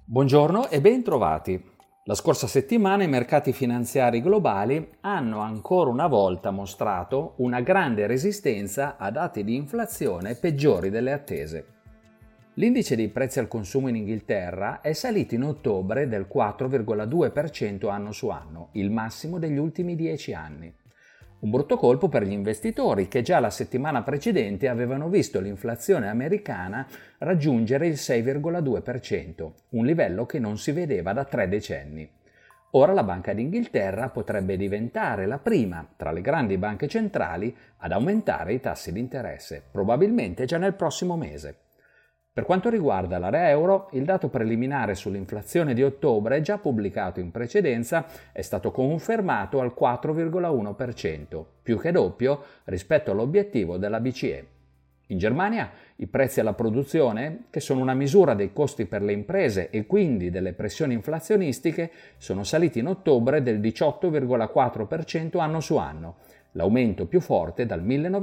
Buongiorno e ben trovati. La scorsa settimana i mercati finanziari globali hanno ancora una volta mostrato una grande resistenza a dati di inflazione peggiori delle attese. L'indice dei prezzi al consumo in Inghilterra è salito in ottobre del 4,2% anno su anno, il massimo degli ultimi 10 anni. Un brutto colpo per gli investitori che già la settimana precedente avevano visto l'inflazione americana raggiungere il 6,2%, un livello che non si vedeva da 3 decenni. Ora la Banca d'Inghilterra potrebbe diventare la prima tra le grandi banche centrali ad aumentare i tassi di interesse, probabilmente già nel prossimo mese. Per quanto riguarda l'area euro, il dato preliminare sull'inflazione di ottobre, già pubblicato in precedenza, è stato confermato al 4,1%, più che doppio rispetto all'obiettivo della BCE. In Germania i prezzi alla produzione, che sono una misura dei costi per le imprese e quindi delle pressioni inflazionistiche, sono saliti in ottobre del 18,4% anno su anno, l'aumento più forte dal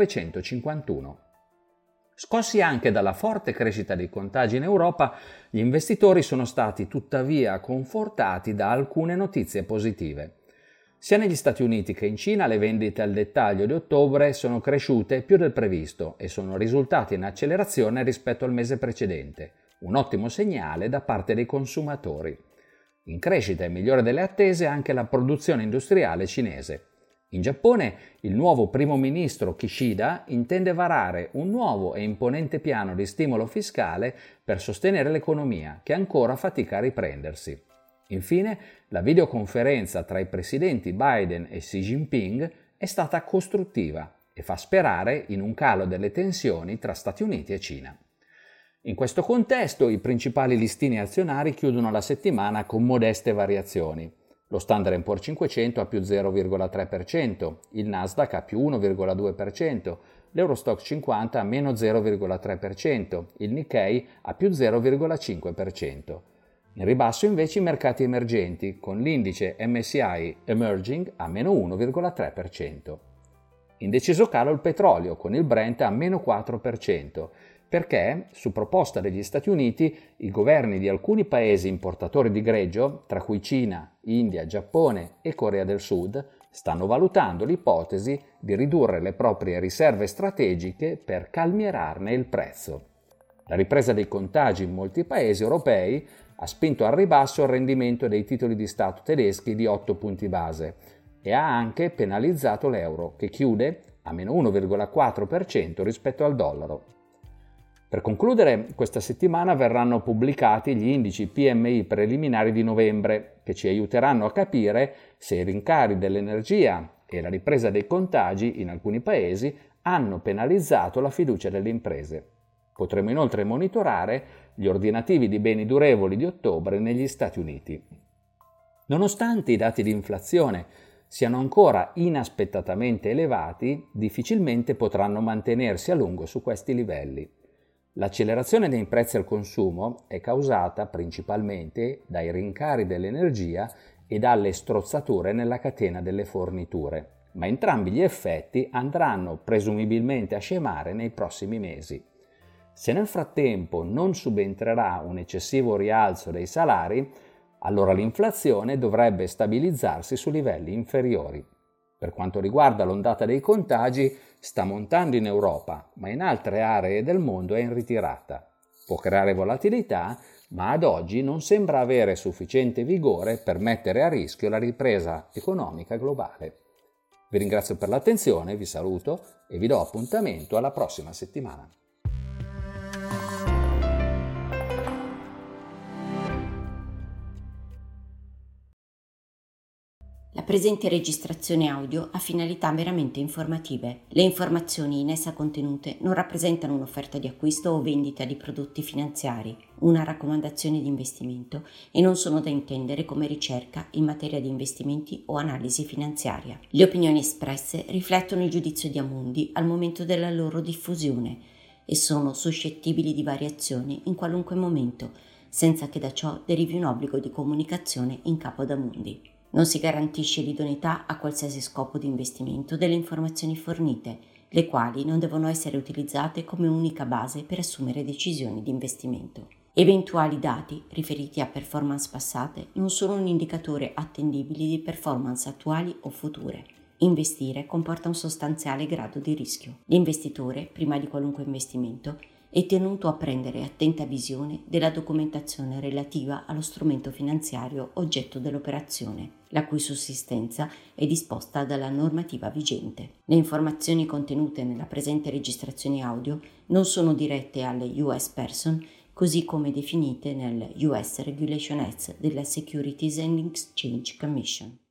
1951. Scossi anche dalla forte crescita dei contagi in Europa, gli investitori sono stati tuttavia confortati da alcune notizie positive. Sia negli Stati Uniti che in Cina le vendite al dettaglio di ottobre sono cresciute più del previsto e sono risultate in accelerazione rispetto al mese precedente, un ottimo segnale da parte dei consumatori. In crescita e migliore delle attese anche la produzione industriale cinese. In Giappone il nuovo primo ministro Kishida intende varare un nuovo e imponente piano di stimolo fiscale per sostenere l'economia, che ancora fatica a riprendersi. Infine, la videoconferenza tra i presidenti Biden e Xi Jinping è stata costruttiva e fa sperare in un calo delle tensioni tra Stati Uniti e Cina. In questo contesto, i principali listini azionari chiudono la settimana con modeste variazioni. Lo Standard & Poor's 500 a più 0,3%, il Nasdaq a più 1,2%, l'Eurostoxx 50 a meno 0,3%, il Nikkei a più 0,5%. In ribasso invece i mercati emergenti, con l'indice MSCI Emerging a meno 1,3%. In deciso calo il petrolio, con il Brent a meno 4%, perché, su proposta degli Stati Uniti, i governi di alcuni paesi importatori di greggio, tra cui Cina, India, Giappone e Corea del Sud, stanno valutando l'ipotesi di ridurre le proprie riserve strategiche per calmierarne il prezzo. La ripresa dei contagi in molti paesi europei ha spinto al ribasso il rendimento dei titoli di Stato tedeschi di 8 punti base e ha anche penalizzato l'euro, che chiude a meno 1,4% rispetto al dollaro. Per concludere, questa settimana verranno pubblicati gli indici PMI preliminari di novembre, che ci aiuteranno a capire se i rincari dell'energia e la ripresa dei contagi in alcuni paesi hanno penalizzato la fiducia delle imprese. Potremo inoltre monitorare gli ordinativi di beni durevoli di ottobre negli Stati Uniti. Nonostante i dati di inflazione siano ancora inaspettatamente elevati, difficilmente potranno mantenersi a lungo su questi livelli. L'accelerazione dei prezzi al consumo è causata principalmente dai rincari dell'energia e dalle strozzature nella catena delle forniture, ma entrambi gli effetti andranno presumibilmente a scemare nei prossimi mesi. Se nel frattempo non subentrerà un eccessivo rialzo dei salari, allora l'inflazione dovrebbe stabilizzarsi su livelli inferiori. Per quanto riguarda l'ondata dei contagi, sta montando in Europa, ma in altre aree del mondo è in ritirata. Può creare volatilità, ma ad oggi non sembra avere sufficiente vigore per mettere a rischio la ripresa economica globale. Vi ringrazio per l'attenzione, vi saluto e vi do appuntamento alla prossima settimana. La presente registrazione audio ha finalità meramente informative. Le informazioni in essa contenute non rappresentano un'offerta di acquisto o vendita di prodotti finanziari, una raccomandazione di investimento e non sono da intendere come ricerca in materia di investimenti o analisi finanziaria. Le opinioni espresse riflettono il giudizio di Amundi al momento della loro diffusione e sono suscettibili di variazioni in qualunque momento, senza che da ciò derivi un obbligo di comunicazione in capo ad Amundi. Non si garantisce l'idoneità a qualsiasi scopo di investimento delle informazioni fornite, le quali non devono essere utilizzate come unica base per assumere decisioni di investimento. Eventuali dati riferiti a performance passate non sono un indicatore attendibile di performance attuali o future. Investire comporta un sostanziale grado di rischio. L'investitore, prima di qualunque investimento, è tenuto a prendere attenta visione della documentazione relativa allo strumento finanziario oggetto dell'operazione, la cui sussistenza è disposta dalla normativa vigente. Le informazioni contenute nella presente registrazione audio non sono dirette alle US Person, così come definite nel US Regulation Act della Securities and Exchange Commission.